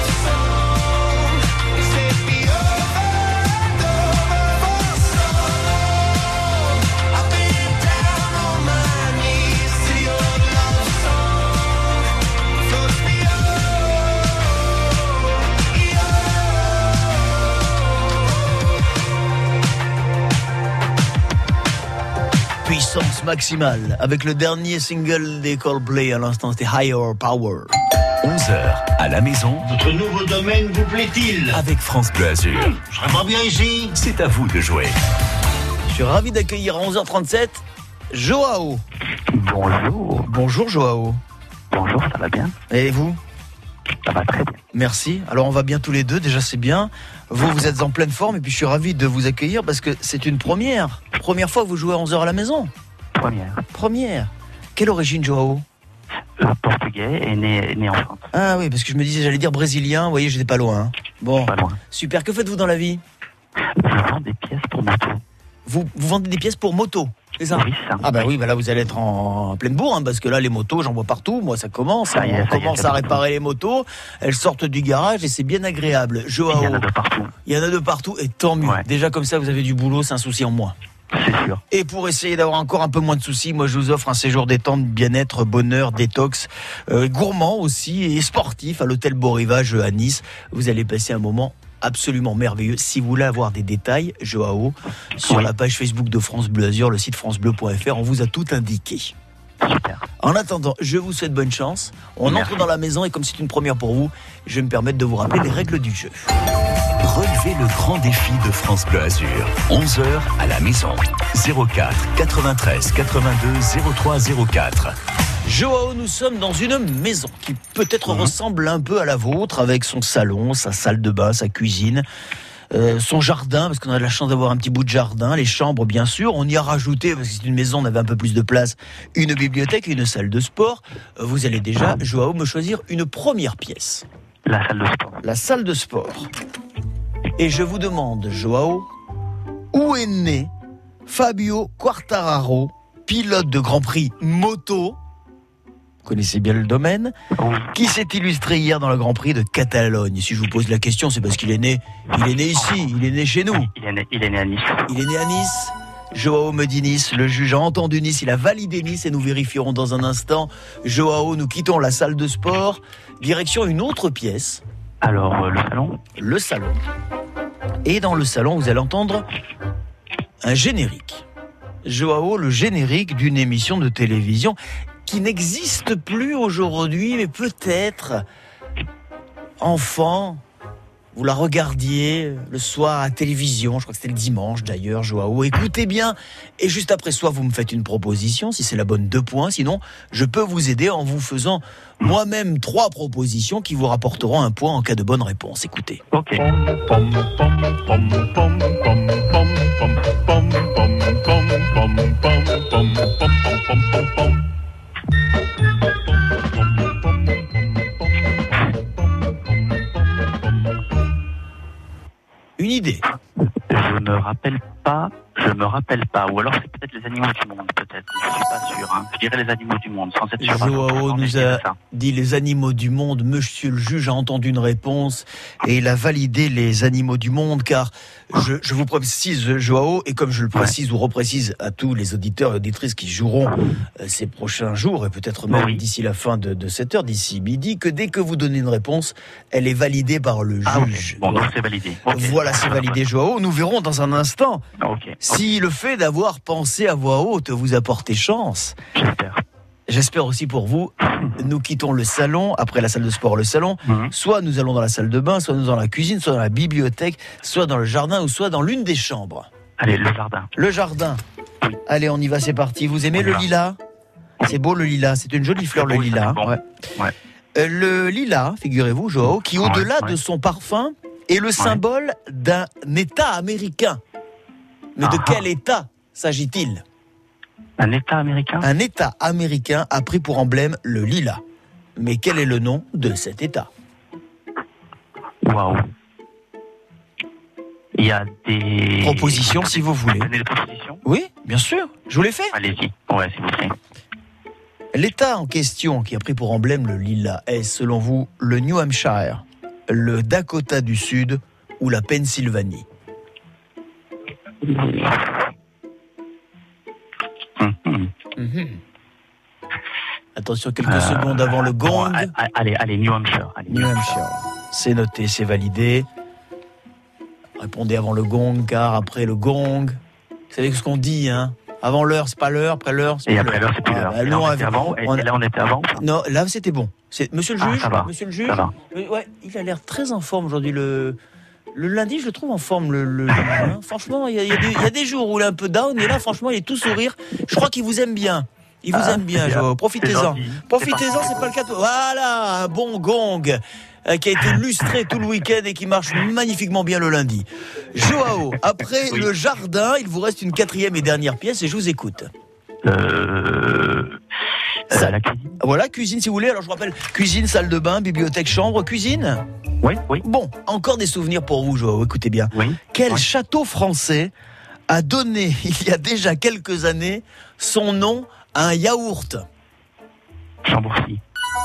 Puissance maximale avec le dernier single des Coldplay à l'instant, c'était Higher Power. 11h à la maison. Votre nouveau domaine vous plaît-il? Avec France Bleu Azur. Je serais pas bien ici. C'est à vous de jouer. Je suis ravi d'accueillir à 11h37 Joao. Bonjour. Bonjour Joao. Bonjour, ça va bien? Et vous? Ça va très bien. Merci. Alors on va bien tous les deux, déjà c'est bien. Vous êtes en pleine forme et puis je suis ravi de vous accueillir parce que c'est une première. Première fois que vous jouez à 11h à la maison? Première. Quelle origine Joao? Portugais et né en France. Ah oui, parce que je me disais, j'allais dire brésilien, vous voyez, j'étais pas loin. Hein. Bon, pas loin. Super, que faites-vous dans la vie? Je vends des pièces pour moto. Vous vendez des pièces pour moto, c'est ça? Oui, ça. Ah bah oui, bah là vous allez être en pleine bourre, hein, parce que là les motos, j'en vois partout, moi ça commence, on commence à réparer les motos, elles sortent du garage et c'est bien agréable. Joao, il y en a de partout. Il y en a de partout et tant mieux. Ouais. Déjà comme ça vous avez du boulot, c'est un souci en moins. C'est sûr. Et pour essayer d'avoir encore un peu moins de soucis, moi je vous offre un séjour détente, bien-être, bonheur, détox, gourmand aussi et sportif à l'hôtel Beau Rivage à Nice. Vous allez passer un moment absolument merveilleux. Si vous voulez avoir des détails, Joao, sur la page Facebook de France Bleu Azur, le site francebleu.fr, on vous a tout indiqué. Super. En attendant, je vous souhaite bonne chance. On entre dans la maison et comme c'est une première pour vous, je vais me permettre de vous rappeler les règles du jeu. Relevez le grand défi de France Bleu Azur. 11h à la maison. 04 93 82 03 04. Joao, nous sommes dans une maison qui peut-être ressemble un peu à la vôtre, avec son salon, sa salle de bain, sa cuisine, son jardin, parce qu'on a de la chance d'avoir un petit bout de jardin, les chambres bien sûr. On y a rajouté, parce que c'est une maison, on avait un peu plus de place, une bibliothèque et une salle de sport. Vous allez déjà, Joao, me choisir une première pièce. La salle de sport. La salle de sport. Et je vous demande, Joao, où est né Fabio Quartararo, pilote de Grand Prix moto? Vous connaissez bien le domaine, qui s'est illustré hier dans le Grand Prix de Catalogne. Si je vous pose la question, c'est parce qu'il est né ici, il est né chez nous. Il est né à Nice. Il est né à Nice. Joao me dit Nice, le juge a entendu Nice, il a validé Nice et nous vérifierons dans un instant. Joao, nous quittons la salle de sport, direction une autre pièce. Alors, le salon? Le salon. Et dans le salon, vous allez entendre un générique. Joao, le générique d'une émission de télévision qui n'existe plus aujourd'hui, mais peut-être, enfant, vous la regardiez le soir à la télévision, je crois que c'était le dimanche d'ailleurs, Joao. Écoutez bien, et juste après soit vous me faites une proposition, si c'est la bonne 2 points, sinon je peux vous aider en vous faisant moi-même 3 propositions qui vous rapporteront 1 point en cas de bonne réponse. Écoutez. Ok. Une idée? Je ne me rappelle pas. Je Je me rappelle pas. Ou alors c'est peut-être les animaux du monde, peut-être. Je suis pas sûr. Hein. Je dirais les animaux du monde, sans être sûr. Joao nous a dit les animaux du monde. Monsieur le juge a entendu une réponse et il a validé les animaux du monde, car je vous précise, Joao, et comme je le précise ou reprécise à tous les auditeurs et auditrices qui joueront ces prochains jours, et peut-être même d'ici la fin de cette heure, d'ici midi, que dès que vous donnez une réponse, elle est validée par le juge. Bon, donc c'est validé. Voilà, c'est validé, Joao. Nous verrons dans un instant si le fait d'avoir pensé à voix haute vous a porté chance. J'espère aussi pour vous. Nous quittons le salon, après la salle de sport, le salon. Soit nous allons dans la salle de bain, soit nous dans la cuisine, soit dans la bibliothèque, soit dans le jardin, ou soit dans l'une des chambres. Allez, le jardin. Le jardin. Allez, on y va, c'est parti. Vous aimez le lilas ? C'est beau le lilas, c'est une jolie fleur, le lilas. Le lilas, figurez-vous, Joao, qui au-delà de son parfum est le symbole d'un État américain. Mais de quel État s'agit-il ? Un État américain ? Un État américain a pris pour emblème le lilas. Mais quel est le nom de cet État ? Waouh. Il y a des propositions, si vous voulez. Des propositions ? Oui, bien sûr. Je vous les fais ? Allez-y. Ouais, s'il vous plaît. L'État en question qui a pris pour emblème le lilas est, selon vous, le New Hampshire, le Dakota du Sud ou la Pennsylvanie ? Attention, quelques secondes avant le gong. Allez, New Hampshire. New Hampshire. C'est noté, c'est validé. Répondez avant le gong, car après le gong, vous savez ce qu'on dit, hein ? Avant l'heure, c'est pas l'heure, après l'heure, c'est et pas après l'heure, c'est plus l'heure. Et là, on était avant, et là, on était avant. Non, là, c'était bon. Monsieur le juge, Monsieur le juge, ouais, il a l'air très en forme aujourd'hui. Le lundi, je le trouve en forme. Hein. Franchement, il y a des jours où il est un peu down, et là, franchement, il est tout sourire. Je crois qu'il vous aime bien. Il vous aime bien, Joao. Profitez-en. Profitez-en, c'est pas le cas. Voilà, un bon gong qui a été lustré tout le week-end et qui marche magnifiquement bien le lundi. Joao, après le jardin, il vous reste une quatrième et dernière pièce et je vous écoute. La cuisine. Voilà, cuisine si vous voulez. Alors je vous rappelle, cuisine, salle de bain, bibliothèque, chambre, cuisine. Oui. Bon, encore des souvenirs pour vous, Joao. Écoutez bien. Quel château français a donné, il y a déjà quelques années, son nom à un yaourt ? Chambourcy.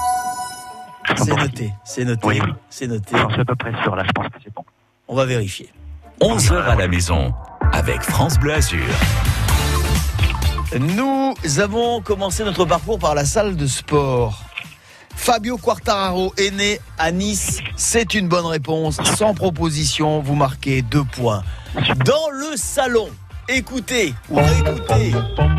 C'est noté. Oui. C'est noté. J'en suis à peu près sûr, là, je pense que c'est bon. On va vérifier. 11h à la maison, avec France Bleu Azur. Nous avons commencé notre parcours par la salle de sport. Fabio Quartararo est né à Nice. C'est une bonne réponse. Sans proposition, vous marquez 2 points. Dans le salon, écoutez ou réécoutez.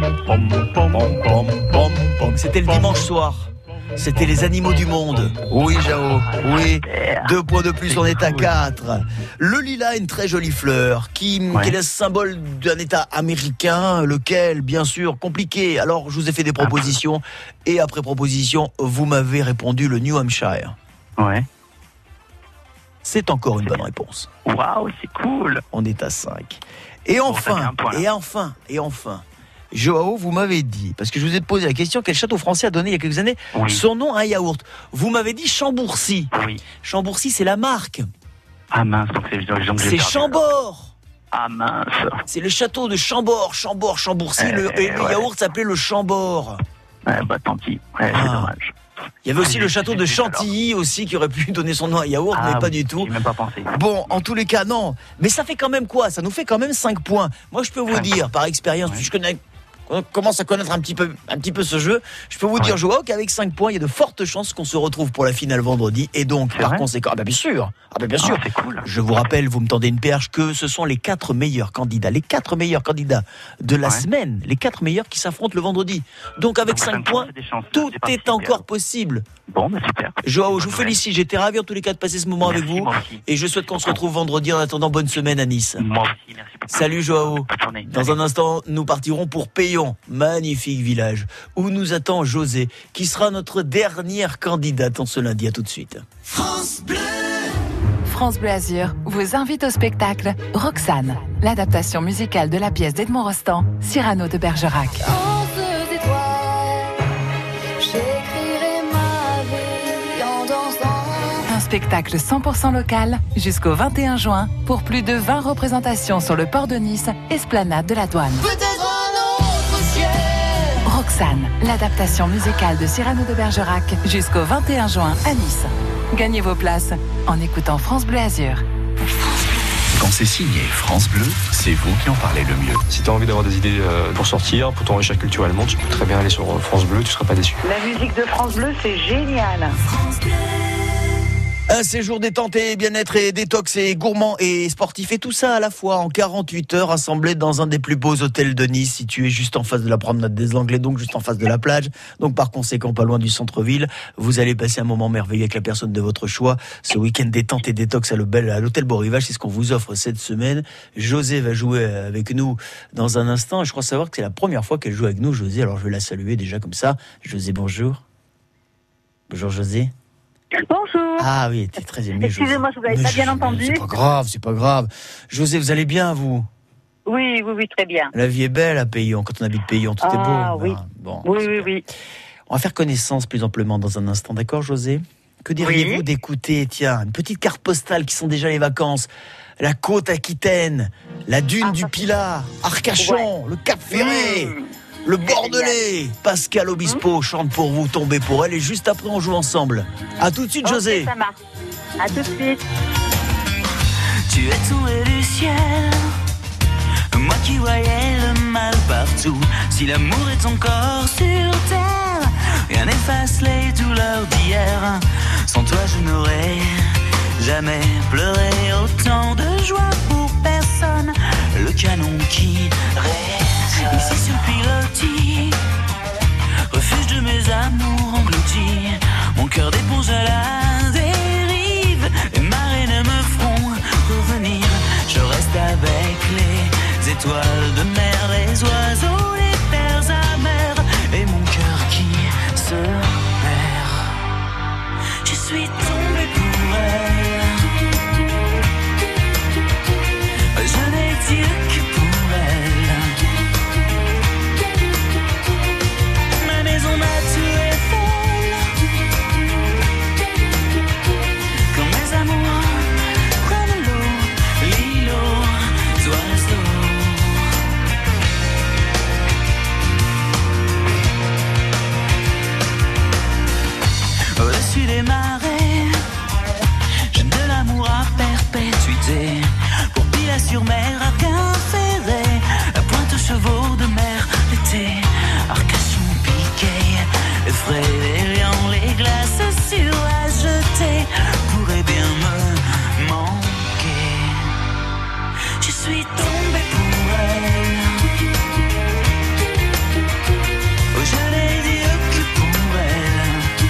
C'était le dimanche soir. C'était les animaux du monde. Oui, Jao. Oui. 2 points de plus, on est à 4. Le lilas est une très jolie fleur qui est le symbole d'un État américain, lequel, bien sûr, compliqué. Alors, je vous ai fait des propositions. Et après proposition, vous m'avez répondu le New Hampshire. Ouais. C'est encore une bonne réponse. Waouh, c'est cool. On est à 5. Et enfin, Joao, vous m'avez dit, parce que je vous ai posé la question, quel château français a donné il y a quelques années son nom à un yaourt ? Vous m'avez dit Chambourcy. Oui. Chambourcy, c'est la marque. Ah mince, donc c'est Chambord. Ah mince. C'est le château de Chambord, Chambourcy. Le yaourt s'appelait le Chambord. Tant pis. C'est dommage. Il y avait aussi le château de Chantilly aussi qui aurait pu donner son nom à yaourt, mais pas du tout. J'ai même pas pensé. Bon, en tous les cas, non. Mais ça fait quand même quoi ? Ça nous fait quand même 5 points. Moi, je peux vous dire, par expérience, on commence à connaître un petit peu ce jeu. Je peux vous dire, Joao, qu'avec 5 points, il y a de fortes chances qu'on se retrouve pour la finale vendredi. Et donc, par conséquent, bien sûr. C'est cool. Je vous rappelle, vous me tendez une perche, que ce sont les 4 meilleurs candidats. Les 4 meilleurs candidats de la semaine. Les 4 meilleurs qui s'affrontent le vendredi. Donc, avec 5 points, tout est encore possible. Bon, super. Joao, je vous félicite. J'étais ravi en tous les cas de passer ce moment avec vous. Et je souhaite qu'on se retrouve vendredi. En attendant, bonne semaine à Nice. Moi aussi, merci beaucoup. Salut Joao. Dans un instant, nous partirons pour Péon, magnifique village, où nous attend José, qui sera notre dernière candidate en ce lundi. À tout de suite. France Bleu Azur vous invite au spectacle Roxane, l'adaptation musicale de la pièce d'Edmond Rostand, Cyrano de Bergerac. spectacle 100% local jusqu'au 21 juin pour plus de 20 représentations sur le port de Nice, esplanade de la Douane. Peut-être un autre ciel. Roxane, l'adaptation musicale de Cyrano de Bergerac jusqu'au 21 juin à Nice. Gagnez vos places en écoutant France Bleu Azur. Quand c'est signé France Bleu, c'est vous qui en parlez le mieux. Si tu as envie d'avoir des idées pour sortir, pour t'enrichir culturellement, tu peux très bien aller sur France Bleu, tu ne seras pas déçu. La musique de France Bleu, c'est génial. Un séjour détente et bien-être et détox et gourmand et sportif et tout ça à la fois en 48 heures assemblé dans un des plus beaux hôtels de Nice situé juste en face de la promenade des Anglais, donc juste en face de la plage, donc par conséquent pas loin du centre-ville. Vous allez passer un moment merveilleux avec la personne de votre choix. Ce week-end détente et détox à l'hôtel Beau Rivage, c'est ce qu'on vous offre cette semaine. José va jouer avec nous dans un instant. Je crois savoir que c'est la première fois qu'elle joue avec nous, José. Alors je vais la saluer déjà comme ça. José, bonjour. Bonjour José. Bonjour. Ah oui, t'es très aimé. Excusez-moi, je vous avais pas bien entendu. C'est pas grave. José, vous allez bien, vous? Oui, très bien. La vie est belle à Payon. Quand on habite Payon, tout est beau. Ah oui. Bon, oui. On va faire connaissance plus amplement dans un instant, d'accord, José? Que diriez-vous d'écouter, tiens, une petite carte postale qui sont déjà les vacances? La côte aquitaine, la dune du Pilat, Arcachon, le Cap Ferré. Le Bordelais, Pascal Obispo chante pour vous, tombez pour elle, et juste après on joue ensemble. À tout de suite, José. Ça marche. À tout de suite. Tu es tombé du ciel, moi qui voyais le mal partout. Si l'amour est encore sur terre, rien n'efface les douleurs d'hier. Sans toi je n'aurais jamais pleuré, autant de joie pour personne. Le canon qui résonne ici sur le pilotis, refuge de mes amours engloutis. Mon cœur d'éponge à la dérive, les marées ne me feront revenir. Je reste avec les étoiles de mer, les oiseaux, les terres amères, et mon cœur qui se perd. Je suis tombé pour elle, je n'ai dit que pour elle. On m'a tué folle, quand mes amours prennent l'eau, l'îlot d'oiseaux. Au-dessus des marées, j'ai de l'amour à perpétuité. Pour Pilat-sur-Mer, Arquin-Ferré, la pointe aux chevaux de mer, l'été, Arcachon, frais, les lions, les glaces sur la jetée pourraient bien me manquer. Je suis tombé pour elle, oh, je n'ai dit que pour elle.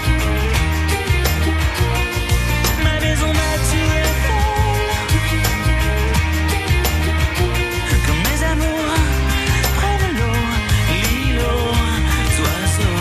Ma maison m'a tué folle, comme mes amours prennent l'eau, l'îlot d'oiseaux.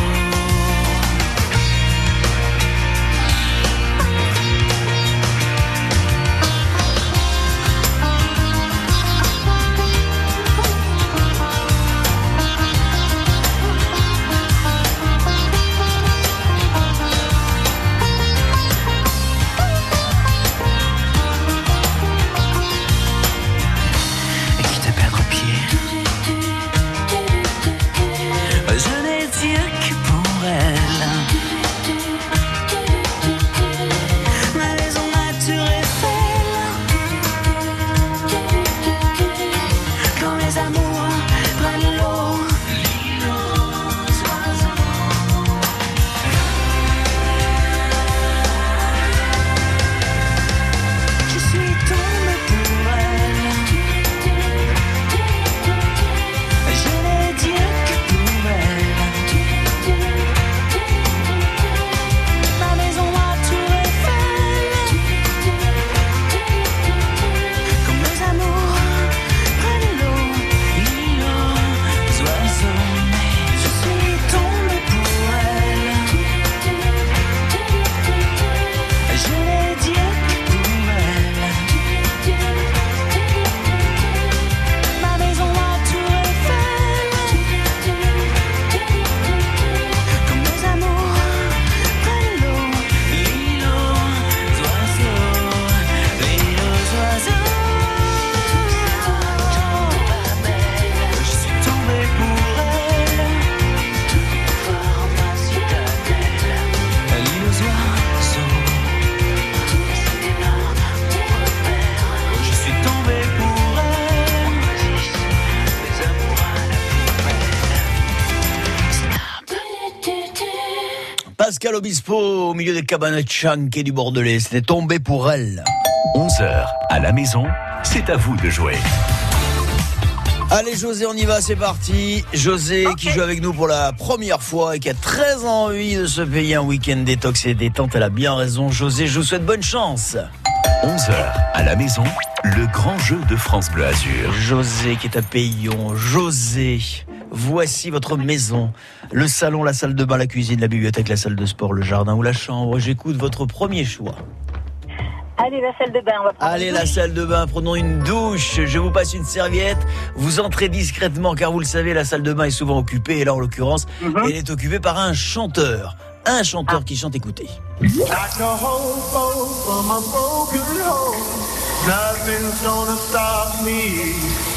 Pascal Obispo, au milieu des cabanes Tchanké du Bordelais, c'était tombé pour elle. 11h à la maison, c'est à vous de jouer. Allez José, on y va, c'est parti. José qui joue avec nous pour la première fois et qui a très envie de se payer un week-end détox et détente. Elle a bien raison. José, je vous souhaite bonne chance. 11h à la maison, le grand jeu de France Bleu Azur. José qui est à Payon. José, voici votre maison. Le salon, la salle de bain, la cuisine, la bibliothèque, la salle de sport, le jardin ou la chambre. J'écoute votre premier choix. Allez, la salle de bain, on va prendre Allez, une la douche. salle de bain, prenons une douche. Je vous passe une serviette. Vous entrez discrètement, car vous le savez, la salle de bain est souvent occupée. Et là, en l'occurrence, elle est occupée par un chanteur. Un chanteur qui chante, écoutez. Like a hobo from a broken home, nothing's gonna stop me.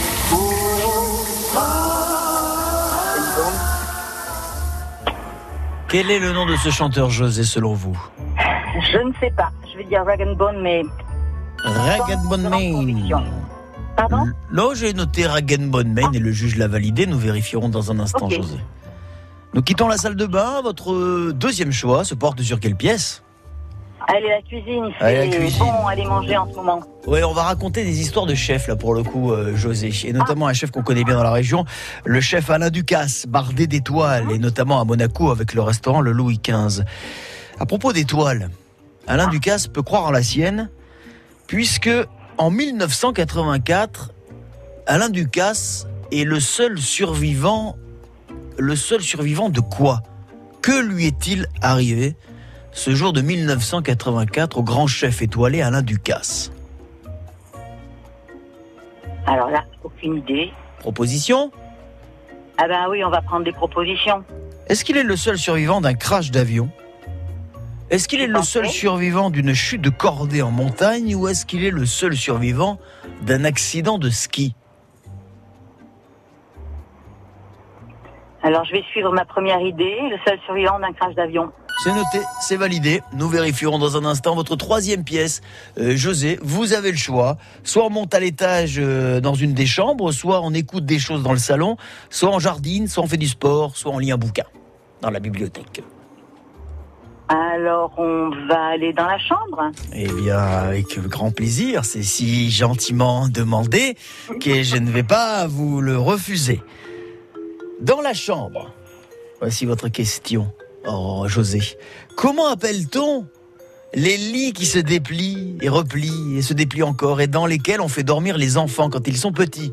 Quel est le nom de ce chanteur, José, selon vous? Je ne sais pas. Je vais dire Rag & Bone, mais... Rag & Bone Man. Pardon? Là, j'ai noté Rag & Bone Man et le juge l'a validé. Nous vérifierons dans un instant, Ok. José. Nous quittons la salle de bain. Votre deuxième choix se porte sur quelle pièce? Allez, la cuisine, il Allez, la fait cuisine. bon aller manger en ce moment. Ouais, on va raconter des histoires de chefs, là, pour le coup, José. Et notamment un chef qu'on connaît bien dans la région, le chef Alain Ducasse, bardé d'étoiles, et notamment à Monaco avec le restaurant Le Louis XV. À propos d'étoiles, Alain Ducasse peut croire en la sienne, puisque en 1984, Alain Ducasse est le seul survivant de quoi? Que lui est-il arrivé ce jour de 1984 au grand chef étoilé Alain Ducasse? Alors là, aucune idée. Proposition? Ah ben oui, on va prendre des propositions. Est-ce qu'il est le seul survivant d'un crash d'avion? Est-ce qu'il est le seul survivant d'une chute de cordée en montagne? Ou est-ce qu'il est le seul survivant d'un accident de ski? Alors je vais suivre ma première idée, le seul survivant d'un crash d'avion. C'est noté, c'est validé. Nous vérifierons dans un instant votre troisième pièce. José, vous avez le choix. Soit on monte à l'étage dans une des chambres, soit on écoute des choses dans le salon, soit on jardine, soit on fait du sport, soit on lit un bouquin dans la bibliothèque. Alors on va aller dans la chambre. Eh bien, avec grand plaisir. C'est si gentiment demandé que je ne vais pas vous le refuser. Dans la chambre, voici votre question. Oh, José, comment appelle-t-on les lits qui se déplient et replient et se déplient encore et dans lesquels on fait dormir les enfants quand ils sont petits?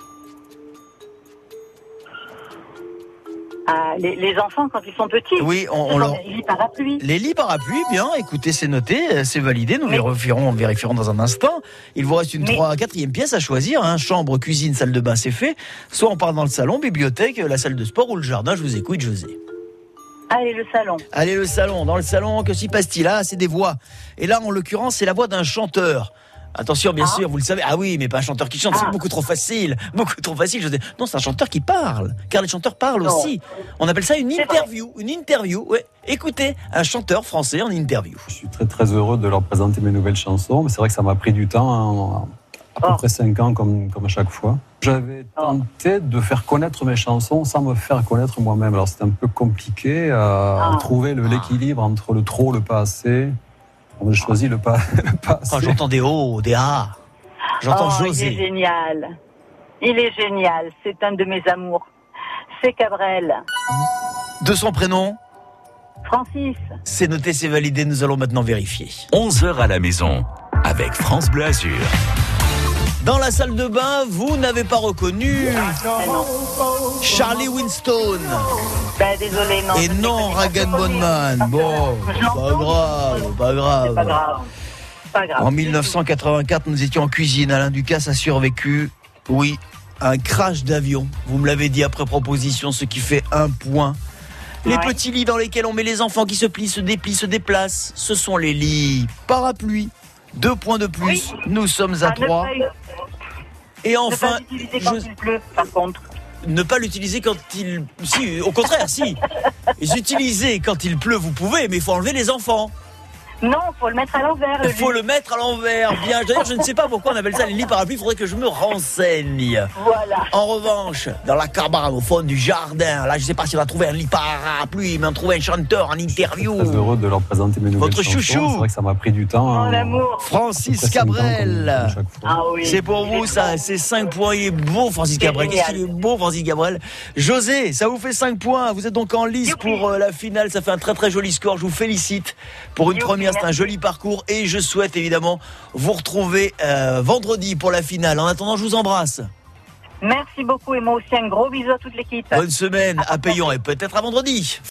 Ah, les enfants quand ils sont petits. Oui, on leur... Les lits parapluies. Les lits parapluies, bien, écoutez, c'est noté, c'est validé, nous vérifierons dans un instant. Il vous reste une quatrième pièce à choisir, hein, chambre, cuisine, salle de bain, c'est fait. Soit on part dans le salon, bibliothèque, la salle de sport ou le jardin, je vous écoute, José. Allez, le salon. Allez, le salon, dans le salon, que s'y passe-t-il? Là, c'est des voix. Et là, en l'occurrence, c'est la voix d'un chanteur. Attention, bien sûr, vous le savez. Ah oui, mais pas un chanteur qui chante, c'est beaucoup trop facile. Beaucoup trop facile, José. Non, c'est un chanteur qui parle. Car les chanteurs parlent aussi. On appelle ça une interview. Une interview, ouais. Écoutez, un chanteur français en interview. Je suis très très heureux de leur présenter mes nouvelles chansons. Mais c'est vrai que ça m'a pris du temps, hein, à peu près 5 ans comme à chaque fois. J'avais tenté de faire connaître mes chansons sans me faire connaître moi-même. Alors c'était un peu compliqué à trouver l'équilibre entre le trop, le pas assez. J'ai choisi le pas assez. Oh, j'entends des hauts, des A. J'entends José. Il est génial. Il est génial. C'est un de mes amours. C'est Cabrel. De son prénom? Francis. C'est noté, c'est validé. Nous allons maintenant vérifier. 11h à la maison, avec France Bleu Azur. Dans la salle de bain, vous n'avez pas reconnu Charlie Winston. Ben, désolé, non. Et non, Rag & Bone Man. Bon, pas grave. Pas grave. En 1984, nous étions en cuisine. Alain Ducasse a survécu. Oui, un crash d'avion. Vous me l'avez dit après proposition, ce qui fait 1 point. Les petits lits dans lesquels on met les enfants qui se plient, se déplient, se déplacent, ce sont les lits parapluies. 2 points de plus. Nous sommes à 3. Et enfin, ne pas l'utiliser quand il pleut, par contre. Ne pas l'utiliser quand il... Si, au contraire, si. Les utiliser quand il pleut, vous pouvez, mais il faut enlever les enfants. Non, faut le mettre à l'envers. Il faut le mettre à l'envers. Bien. D'ailleurs, je ne sais pas pourquoi on appelle ça les lits parapluies. Il faudrait que je me renseigne. Voilà. En revanche, dans la cabane, au fond du jardin, là, je ne sais pas si on va trouver un lit parapluie, mais on trouve un chanteur en interview. Je suis très heureux de leur présenter mes nouvelles Votre chansons. chouchou. C'est vrai que ça m'a pris du temps. Mon amour. Francis Cabrel. Ah oui. C'est pour vous, ça. C'est 5 points. Il est beau, Francis Cabrel. Qu'est-ce qu'il est beau, Francis Cabrel. José, ça vous fait 5 points. Vous êtes donc en lice pour la finale. Ça fait un très très joli score. Je vous félicite pour une première. C'est un joli parcours. Et je souhaite évidemment vous retrouver vendredi pour la finale. En attendant, je vous embrasse. Merci beaucoup et moi aussi un gros bisou à toute l'équipe. Bonne semaine à Payon et peut-être à vendredi.